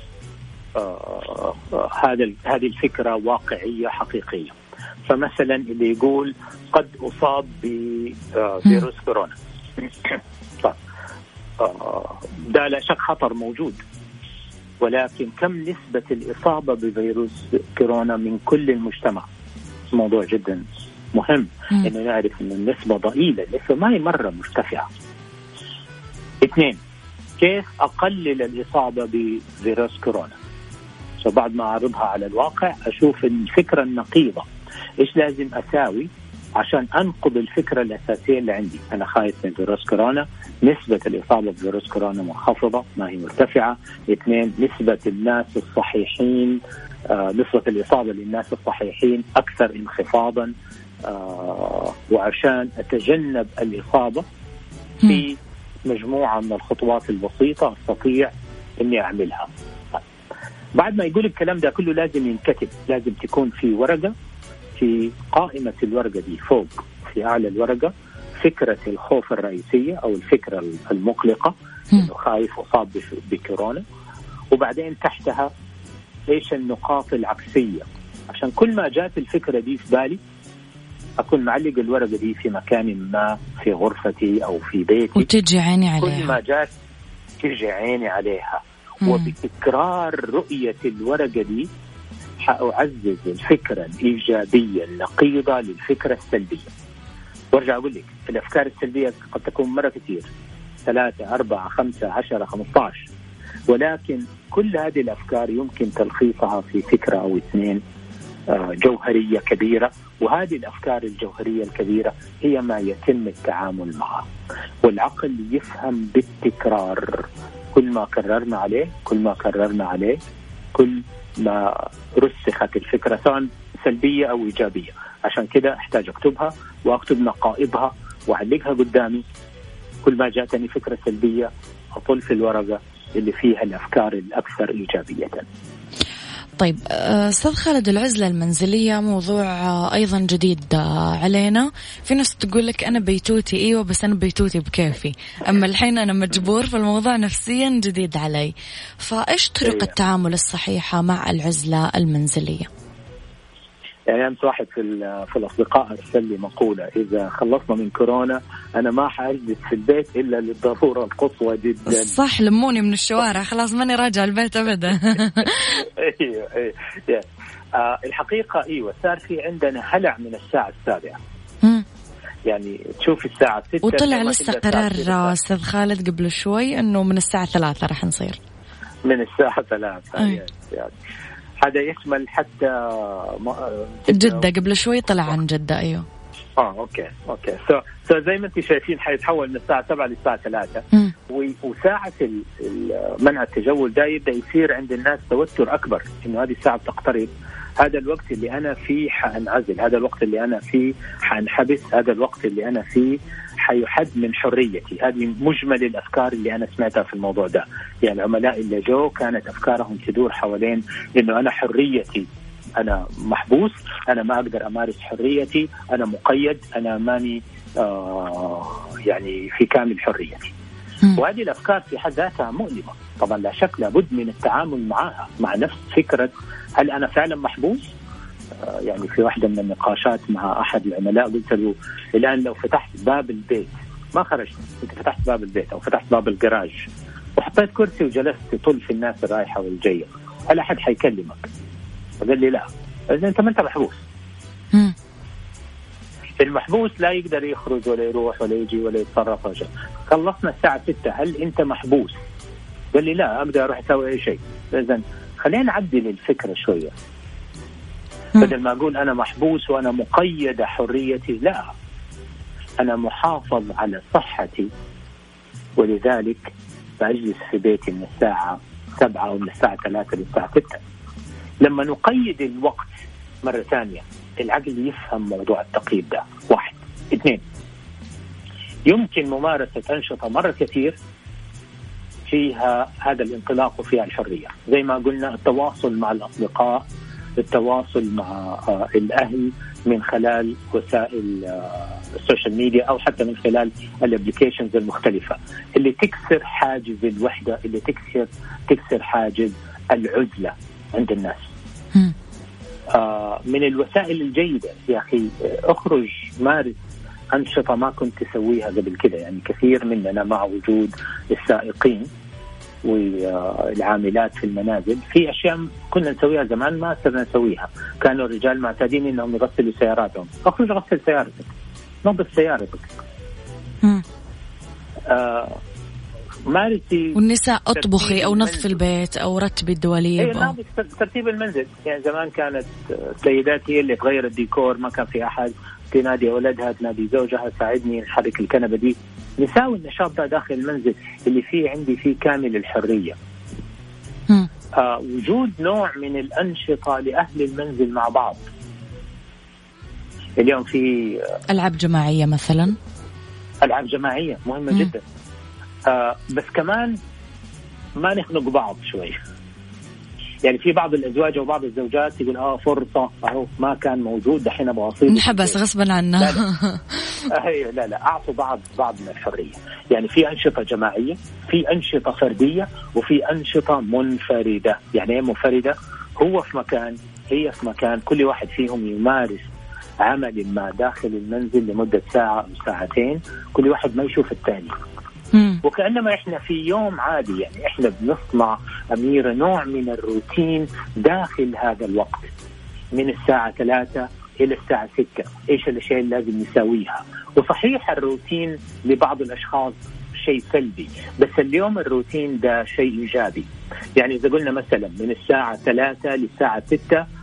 هذه الفكرة واقعية حقيقية. فمثلا اللي يقول قد أصاب بفيروس كورونا، ده لا شك خطر موجود، ولكن كم نسبة الإصابة بفيروس كورونا من كل المجتمع؟ موضوع جدا مهم إنه نعرف إن النسبة ضئيلة، لسه ما هي مرة مرتفعة. 2، كيف أقلل الإصابة بفيروس كورونا؟ بعد ما أعرضها على الواقع أشوف الفكرة النقيضة، إيش لازم أساوي عشان أنقض الفكرة الأساسية اللي عندي. أنا خايف من فيروس كورونا، نسبة الإصابة بفيروس كورونا منخفضة ما هي مرتفعة. 2، نسبة الناس الصحيحين، نسبة الإصابة للناس الصحيحين أكثر انخفاضا، وعشان أتجنب الإصابة في مجموعة من الخطوات البسيطة أستطيع أني أعملها. بعد ما يقول الكلام ده كله لازم ينكتب، لازم تكون في ورقة، في قائمة الورقة دي فوق في أعلى الورقة فكرة الخوف الرئيسية أو الفكرة المقلقة إنه خايف وصاب بكورونا، وبعدين تحتها إيش النقاط العكسية، عشان كل ما جات الفكرة دي في بالي أكون معلق الورقة دي في مكان ما في غرفتي أو في بيتي وتجي عيني عليها. كل ما جات تجي عيني عليها. وبتكرار رؤية الورقة دي حأعزز الفكرة الإيجابية النقيضة للفكرة السلبية. وارجع أقول لك الأفكار السلبية قد تكون مرة كثير، 3 4 5 10 15، ولكن كل هذه الأفكار يمكن تلخيصها في فكرة أو 2 جوهرية كبيرة، وهذه الأفكار الجوهرية الكبيرة هي ما يتم التعامل معها. والعقل يفهم بالتكرار، كل ما كررنا عليه كل ما رسخت الفكرة سواء سلبية أو إيجابية. عشان كده أحتاج أكتبها وأكتب نقائضها وأعلقها قدامي. كل ما جاتني فكرة سلبية أطل في الورقة اللي فيها الأفكار الأكثر إيجابية. طيب أستاذ خالد، العزلة المنزلية موضوع أيضا جديد علينا. في ناس تقول لك أنا بيتوتي، أيوة بس أنا بيتوتي بكيفي، أما الحين أنا مجبور، فالموضوع نفسيا جديد علي. فإيش طرق التعامل الصحيحة مع العزلة المنزلية؟ يعني أمس واحد في الأصدقاء أرسل لي مقولة: إذا خلصنا من كورونا أنا ما حأجلس في البيت إلا للضرورة القصوى جدا. صح، لموني من الشوارع، خلاص ماني راجع البيت أبدا. أيوة. الحقيقة أيوة صار في عندنا هلع من الساعة 7. يعني تشوف الساعة 6 وطلع لسه قرار أستاذ خالد قبل شوي أنه من الساعة 3 راح نصير من الساعة 3 يعني. هذا يشمل حتى جدة. قبل شوي طلع عن جدة. أيوه. اوكي سو زي ما انتم شايفين حيتحول من الساعة 7 للساعة 3. وساعة منع التجول ده يبدأ يصير عند الناس توتر أكبر، إنه هذه الساعة بتقترب، هذا الوقت اللي أنا فيه حأنعزل، هذا الوقت اللي أنا فيه حأنحبس، هذا الوقت اللي أنا فيه حيحد من حريتي. هذه مجمل الأفكار اللي أنا سمعتها في الموضوع ده. يعني العملاء اللي جو كانت أفكارهم تدور حوالين إنه أنا حريتي، أنا محبوس، أنا ما أقدر أمارس حريتي، أنا مقيد، أنا ماني يعني في كامل حريتي. وهذه الأفكار في حد ذاتها مؤلمة طبعا، لا شك لابد من التعامل معها، مع نفس فكرة هل أنا فعلا محبوس. يعني في واحدة من النقاشات مع أحد العملاء قلت له: الآن لو فتحت باب البيت ما خرجت، أنت فتحت باب البيت أو فتحت باب الجراج وحطيت كرسي وجلست تطل في الناس الرايحة والجاية، هل أحد حيكلمك؟ فقال لي: لا، إذا أنت ما أنت محبوس. المحبوس لا يقدر يخرج ولا يروح ولا يجي ولا يتصرف ولا شيء. خلصنا الساعة 6، هل أنت محبوس؟ قال لي: لا، أقدر أروح أسوي أي شيء. إذن خلينا نعدل الفكرة شوية، بدل ما أقول أنا محبوس وأنا مقيد حريتي، لا، أنا محافظ على صحتي، ولذلك بأجلس في بيتي من الساعة 7 أو من الساعة 3 للساعة 6. لما نقيد الوقت مرة ثانية العقل يفهم موضوع التقييد ده. 1 2 يمكن ممارسة أنشطة مرة كثير فيها هذا الانطلاق وفيها الحرية، زي ما قلنا التواصل مع الأصدقاء، التواصل مع الأهل من خلال وسائل السوشيال ميديا أو حتى من خلال الابليكيشنز المختلفة اللي تكسر حاجز الوحدة، اللي تكسر حاجز العزلة عند الناس. من الوسائل الجيدة يا أخي، أخرج مارس أنشطة ما كنت تسويها قبل كده. يعني كثير مننا مع وجود السائقين والعاملات في المنازل في أشياء كنا نسويها زمان ما صرنا نسويها. كانوا الرجال معتادين إنهم يغسلوا سياراتهم، أخرج غسل سيارتك، نظف سيارتك. مارسي. والنساء أطبخي أو نظف البيت أو رتبي الدواليب أو ترتيب المنزل. يعني زمان كانت السيدات هي اللي تغير الديكور، ما كان في أحد تنادي أولادها، تنادي زوجها ساعدني نحرك الكنبة دي. نساوي النشاط ده داخل المنزل اللي فيه عندي فيه كامل الحرية. وجود نوع من الأنشطة لأهل المنزل مع بعض. اليوم في ألعاب جماعية مثلا، ألعاب جماعية مهمة جدا. بس كمان ما نخنق بعض شوي. يعني في بعض الأزواج وبعض الزوجات يقول فرصة أهو ما كان موجود دحين أبغى أصير نحبس غصبا عنا. لا أعطوا بعض من الحرية. يعني في أنشطة جماعية، في أنشطة فردية، وفي أنشطة منفردة. يعني إيه منفردة؟ هو في مكان، هي في مكان، كل واحد فيهم يمارس عمل ما داخل المنزل لمدة ساعة أو ساعتين، كل واحد ما يشوف الثاني. وكأنما إحنا في يوم عادي. يعني إحنا بنصنع أميرة نوع من الروتين داخل هذا الوقت من الساعة 3 إلى الساعة 6. إيش الأشياء اللي لازم نسويها؟ وصحيح الروتين لبعض الأشخاص شيء سلبي، بس اليوم الروتين ده شيء إيجابي. يعني إذا قلنا مثلا من الساعة 3 للساعة 6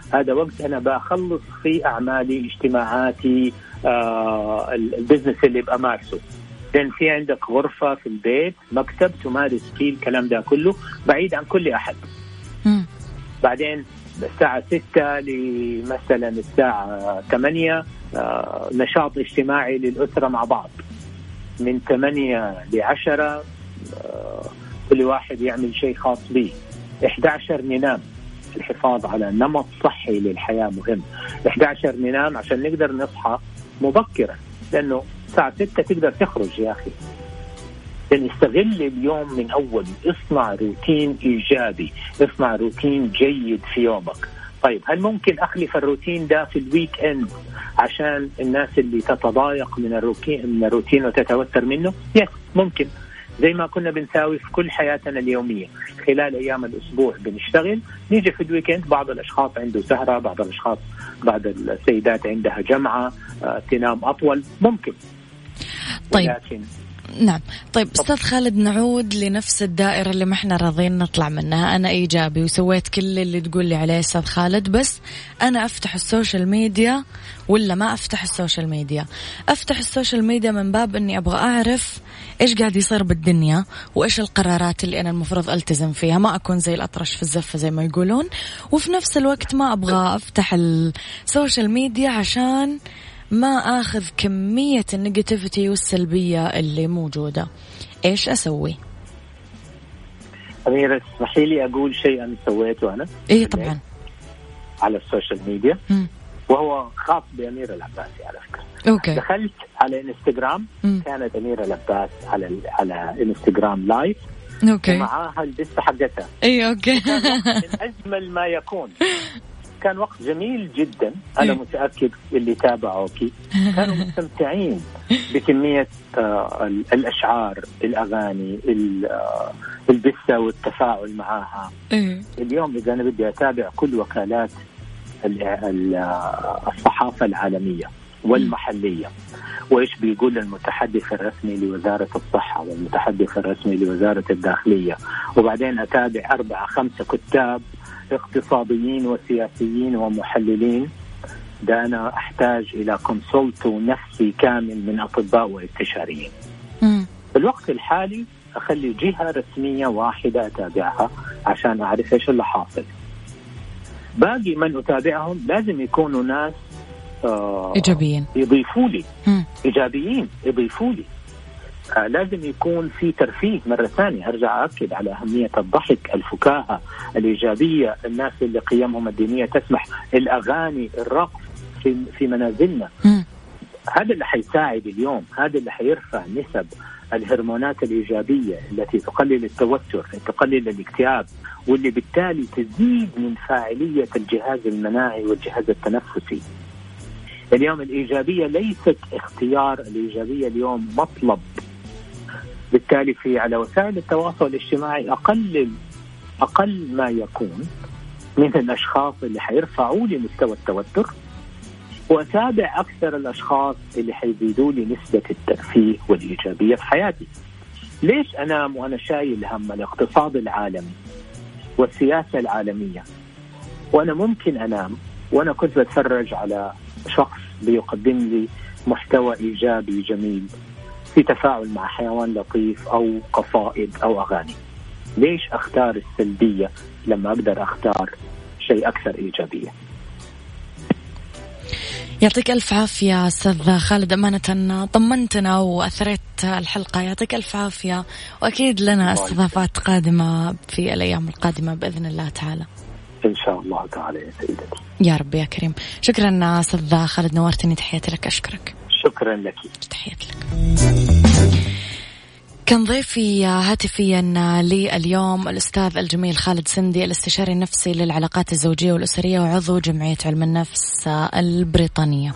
هذا وقت أنا بخلص في أعمالي، اجتماعاتي، البزنس اللي بأمارسه. لأن في عندك غرفة في البيت، مكتب تمارس فيه الكلام ده كله بعيد عن كل أحد. بعدين الساعة 6 لمثلا الساعة 8 نشاط اجتماعي للأسرة مع بعض. من 8 ل10 كل واحد يعمل شيء خاص به. 11 ننام. الحفاظ على نمط صحي للحياة مهم. 11 ننام عشان نقدر نصحى مبكرا، لأنه الساعة 6 تقدر تخرج يا أخي. لأن استغل اليوم من أول، اصنع روتين إيجابي، اصنع روتين جيد في يومك. طيب هل ممكن أخلف الروتين ده في الويك إند عشان الناس اللي تتضايق من الروتين وتتوتر منه؟ يس ممكن، زي ما كنا بنساوي في كل حياتنا اليومية. خلال أيام الأسبوع بنشتغل، نيجي في الويكند بعض الأشخاص عنده سهرة، بعض الأشخاص، بعض السيدات عندها جمعة، تنام أطول، ممكن. طيب نعم. طيب أستاذ خالد، نعود لنفس الدائرة اللي ما احنا راضين نطلع منها. أنا إيجابي وسويت كل اللي تقول لي عليه أستاذ خالد، بس أنا أفتح السوشيال ميديا ولا ما أفتح السوشيال ميديا؟ أفتح السوشيال ميديا من باب أني أبغى أعرف إيش قاعد يصير بالدنيا وإيش القرارات اللي أنا المفروض ألتزم فيها، ما أكون زي الأطرش في الزفة زي ما يقولون. وفي نفس الوقت ما أبغى أفتح السوشيال ميديا عشان ما أخذ كمية النيجاتيفيتي والسلبية اللي موجودة. إيش أسوي؟ أميرة اسمحي لي أقول شيء أنا سويته أنا. إيه طبعا. على السوشيال ميديا وهو خاص بأميرة العباسي على فكرة. أوكي. دخلت على انستغرام، كانت أميرة العباس على انستغرام لايف. أوكي. ومعاها البسة حقتها. إيه أوكي. من أجمل ما يكون. كان وقت جميل جدا. أنا متأكد اللي تابعوكي كانوا مستمتعين بكمية الأشعار، الأغاني، البثة والتفاعل معها. اليوم إذا أنا بدي أتابع كل وكالات الصحافة العالمية والمحلية وإيش بيقول المتحدث الرسمي لوزارة الصحة والمتحدث الرسمي لوزارة الداخلية، وبعدين أتابع 4-5 كتاب اقتصاديين وسياسيين ومحللين، ده أنا أحتاج إلى كونسلتو نفسي كامل من أطباء واستشاريين. في الوقت الحالي أخلي جهة رسمية واحدة أتابعها عشان أعرف إيش اللي حاصل. باقي من أتابعهم لازم يكونوا ناس إيجابيين، يضيفوا لي إيجابيين، يضيفوا لي. لازم يكون في ترفيه. مرة ثانية أرجع أكد على أهمية الضحك، الفكاهة الإيجابية، الناس اللي قيمهم الدينية تسمح، الأغاني، الرقص في منازلنا. هذا اللي حيساعد اليوم، هذا اللي حيرفع نسب الهرمونات الإيجابية التي تقلل التوتر، تقلل الاكتئاب، واللي بالتالي تزيد من فاعلية الجهاز المناعي والجهاز التنفسي. اليوم الإيجابية ليست اختيار، الإيجابية اليوم مطلب. بالتالي على وسائل التواصل الاجتماعي أقل ما يكون من الأشخاص اللي حيرفعوا لي مستوى التوتر، وأتابع أكثر الأشخاص اللي حيزيدوا لي نسبة الترفيه والإيجابية في حياتي. ليش أنام وأنا شايل هم الاقتصاد العالمي والسياسة العالمية، وأنا ممكن أنام وأنا كنت بتفرج على شخص بيقدم لي محتوى إيجابي جميل في تفاعل مع حيوان لطيف أو قصائد أو أغاني؟ ليش أختار السلبية لما أقدر أختار شيء أكثر إيجابية؟ يعطيك ألف عافية أستاذ خالد، أمانة طمنتنا وأثرت الحلقة، يعطيك ألف عافية. وأكيد لنا استضافات قادمة في الأيام القادمة بإذن الله تعالى. إن شاء الله تعالى يا سيدتي. يا رب يا كريم. شكرا أستاذ خالد، نورتني. تحياتي لك. أشكرك. شكرا لك. تحياتي لك. كان ضيفي هاتفيا لي اليوم الأستاذ الجميل خالد سندي، الاستشاري النفسي للعلاقات الزوجية والأسرية وعضو جمعية علم النفس البريطانية.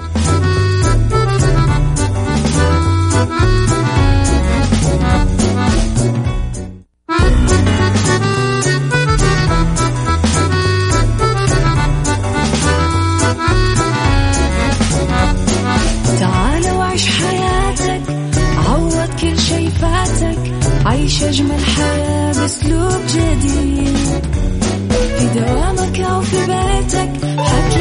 تعال وعيش حياتك، عوض كل شي فاتك، عيش أجمل حياة بأسلوب جديد، في دوامك أو في بيتك.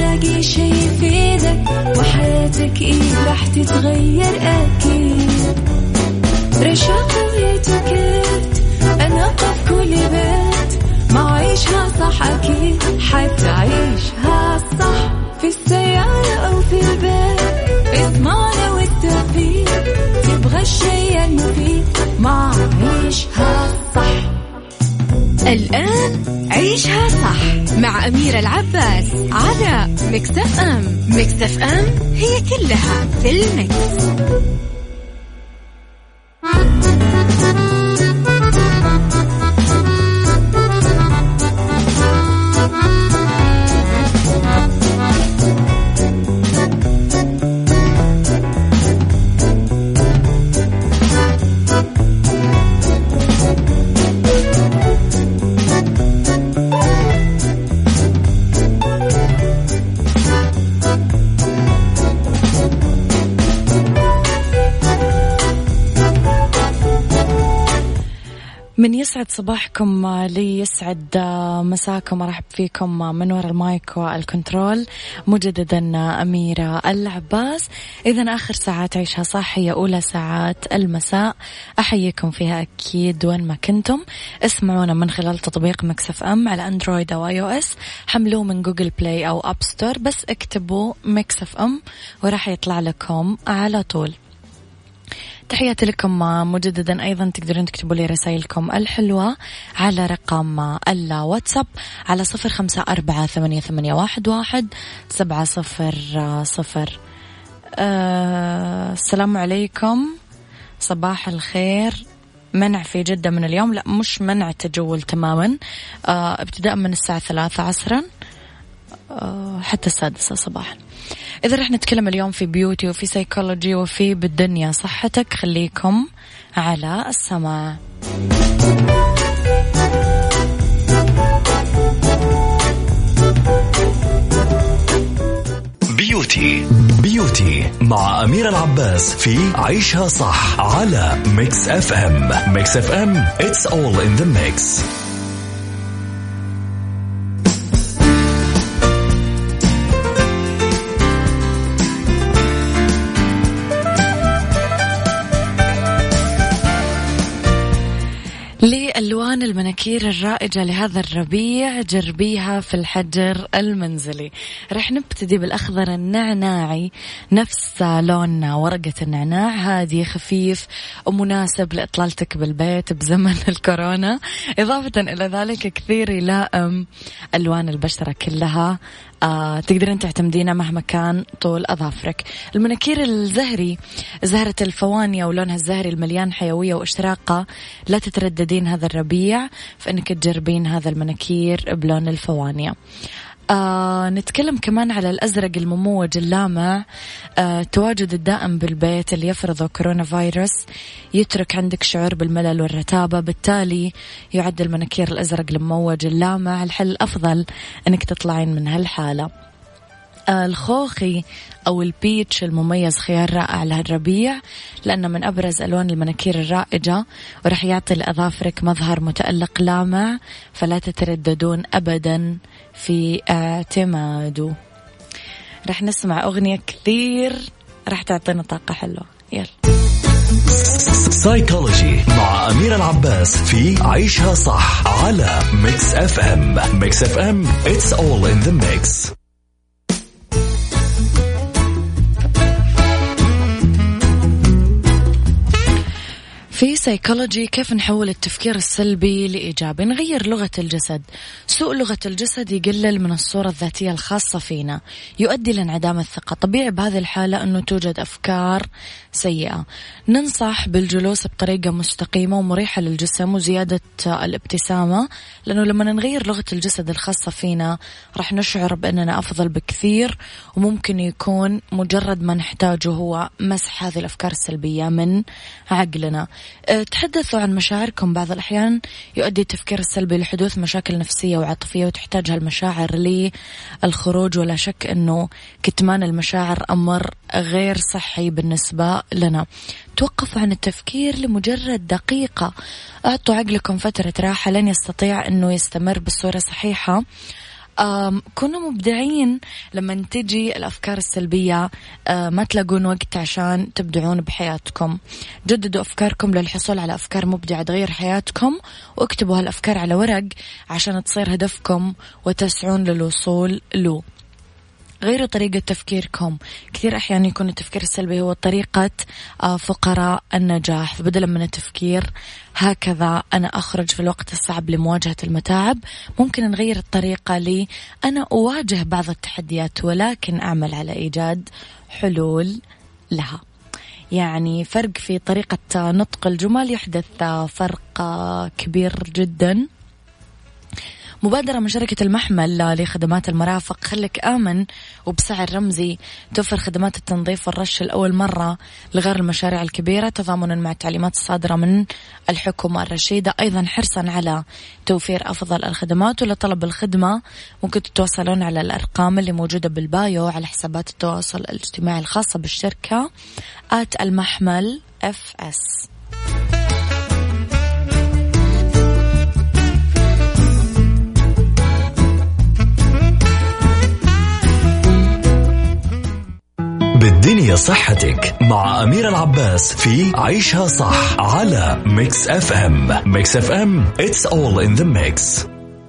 حياتك إيه راح تتغير أكيد. رشاق ويتوكيت أنا قف كل بيت ما عيشها صح أكيد حتعيشها صح. في السيارة أو في البيت اسمعنا والتوفيق تبغى الشيء المفيد ما عيشها صح. الآن عيشها صح مع أميرة العباس على ميكس اف ام. ميكس اف ام هي كلها في الميكس. من يسعد صباحكم لي يسعد مساكم. أرحب فيكم من وراء المايك والكنترول مجددا أميرة العباس. إذن آخر ساعات عيشها صح هي أولى ساعات المساء، أحييكم فيها أكيد وين ما كنتم. اسمعونا من خلال تطبيق ميكس اف ام على أندرويد أو آي أو إس، حملوه من جوجل بلاي أو أب ستور، بس اكتبوا ميكس اف ام وراح يطلع لكم على طول. تحياتي لكم مجددا. أيضا تقدرون تكتبوا لي رسائلكم الحلوة على رقم الواتساب على 0548811700. السلام عليكم، صباح الخير. منع في جدة من اليوم؟ لا، مش منع تجول تماما، ابتداء من الساعة 3 عصرا حتى 6 صباحا. إذا رح نتكلم اليوم في بيوتي وفي سيكولوجي وفي بالدنيا صحتك، خليكم على السماع. بيوتي مع أميرة العباس في عيشها صح على ميكس اف ام. ميكس اف ام it's all in the mix. لألوان المناكير الرائجة لهذا الربيع، جربيها في الحجر المنزلي. رح نبتدي بالأخضر النعناعي، نفس لون ورقة النعناع، هادي خفيف ومناسب لإطلالتك بالبيت بزمن الكورونا. إضافة إلى ذلك كثير يلائم ألوان البشرة كلها، تقدرين تعتمدينه مهما كان طول أظافرك. المناكير الزهري، زهرة الفوانيا ولونها الزهري المليان حيوية وإشراقة، لا تترددين هذا الربيع فإنك تجربين هذا المناكير بلون الفوانيا. نتكلم كمان على الأزرق المموج اللامع، تواجد الدائم بالبيت اللي يفرضه كورونا فيروس يترك عندك شعور بالملل والرتابة، بالتالي يعد المناكير الأزرق المموج اللامع الحل الأفضل أنك تطلعين من هالحالة. الخوخي أو البيتش المميز خيار رائع لهالربيع، لأنه من أبرز ألوان المناكير الرائجة ورح يعطي لأظافرك مظهر متألق لامع، فلا تترددون أبدا في اعتماده. رح نسمع أغنية كثير رح تعطينا طاقة حلوة. يلا سايكولوجي مع أميرة العباس في عيشها صح على ميكس اف ام. ميكس اف ام it's all in the mix. في سيكولوجي كيف نحول التفكير السلبي لإيجابي، نغير لغة الجسد. سوء لغة الجسد يقلل من الصورة الذاتية الخاصة فينا، يؤدي لانعدام الثقة. طبيعي بهذه الحالة أنه توجد أفكار سيئة. ننصح بالجلوس بطريقة مستقيمة ومريحة للجسم وزيادة الابتسامة، لأنه لما نغير لغة الجسد الخاصة فينا راح نشعر بأننا أفضل بكثير، وممكن يكون مجرد ما نحتاجه هو مسح هذه الأفكار السلبية من عقلنا. تحدثوا عن مشاعركم. بعض الأحيان يؤدي التفكير السلبي لحدوث مشاكل نفسية وعاطفية، وتحتاج هالمشاعر للخروج، ولا شك أنه كتمان المشاعر أمر غير صحي بالنسبة لنا. توقفوا عن التفكير لمجرد دقيقة، أعطوا عقلكم فترة راحة، لن يستطيع أنه يستمر بصورة صحيحة كونوا مبدعين لما تجي الأفكار السلبية، ما تلاقون وقت عشان تبدعون بحياتكم. جددوا أفكاركم للحصول على أفكار مبدعة تغير حياتكم، واكتبوا هالأفكار على ورق عشان تصير هدفكم وتسعون للوصول له. غيروا طريقة تفكيركم. كثير أحيانا يكون التفكير السلبي هو طريقة فقراء النجاح، فبدلا من التفكير هكذا أنا أخرج في الوقت الصعب لمواجهة المتاعب، ممكن نغير الطريقة لي أنا أواجه بعض التحديات ولكن أعمل على إيجاد حلول لها. يعني فرق في طريقة نطق الجمل يحدث فرق كبير جدا. مبادرة من شركة المحمل لخدمات المرافق خلك آمن وبسعر رمزي، توفر خدمات التنظيف والرش لأول مرة لغير المشاريع الكبيرة تضامنا مع التعليمات الصادرة من الحكومة الرشيدة، أيضا حرصا على توفير أفضل الخدمات. ولطلب الخدمة ممكن تتواصلون على الأرقام اللي موجودة بالبايو على حسابات التواصل الاجتماعي الخاصة بالشركة @المحمل FS. بالدنيا صحتك مع أميرة العباس في عيشها صح على ميكس اف ام. ميكس اف ام it's all in the mix.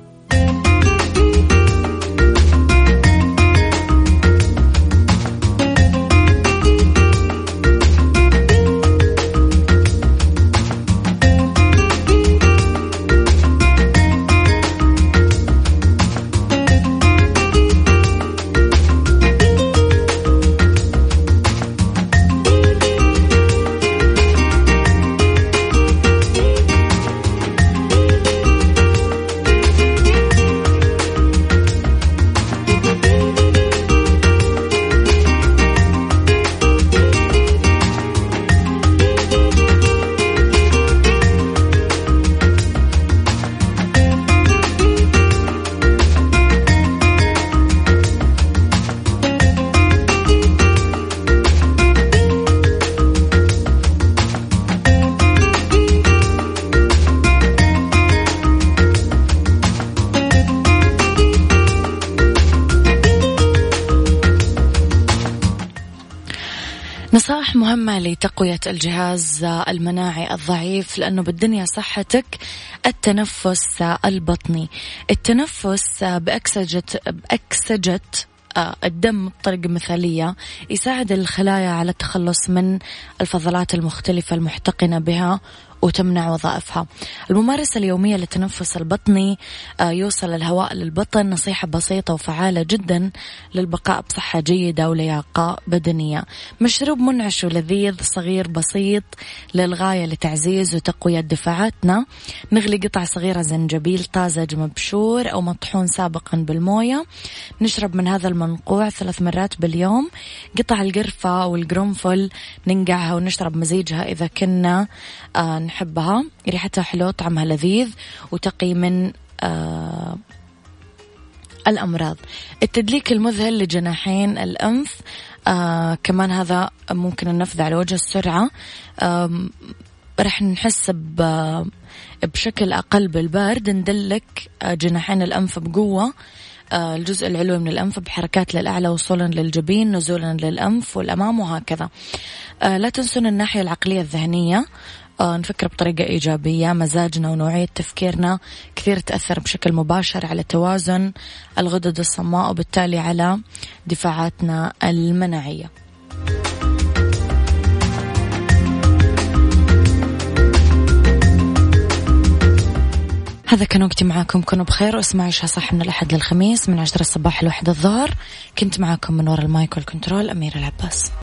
نصائح مهمة لتقوية الجهاز المناعي الضعيف، لأنه بالدنيا صحتك. التنفس البطني، التنفس بأكسجة الدم بطريقة مثالية يساعد الخلايا على التخلص من الفضلات المختلفة المحتقنة بها وتمنع وظائفها. الممارسة اليومية للتنفس البطني يوصل الهواء للبطن، نصيحة بسيطة وفعالة جدا للبقاء بصحة جيدة ولياقة بدنية. مشروب منعش ولذيذ صغير بسيط للغاية لتعزيز وتقوية دفاعاتنا. نغلي قطع صغيرة زنجبيل طازج مبشور أو مطحون سابقا بالموية، نشرب من هذا المنقوع 3 مرات باليوم. قطع القرفة والقرنفل ننقعها ونشرب مزيجها إذا كنا نحبها، ريحتها حلو طعمها لذيذ وتقي من الأمراض. التدليك المذهل لجناحين الأنف كمان هذا ممكن النفذ على وجه السرعة، رح نحس بشكل أقل بالبرد. ندلك جناحين الأنف بقوة، الجزء العلوي من الأنف بحركات للأعلى وصولا للجبين نزولا للأنف والأمام وهكذا. لا تنسون الناحية العقلية الذهنية، نفكر بطريقة إيجابية. مزاجنا ونوعية تفكيرنا كثير تأثر بشكل مباشر على توازن الغدد الصماء وبالتالي على دفاعاتنا المناعية. هذا كان وقتي معاكم، كونوا بخير واسمعوا عيشها صح من الأحد للخميس من 10 الصباح ل1 الظهر. كنت معاكم من وراء المايك والكنترول أميرة العباس.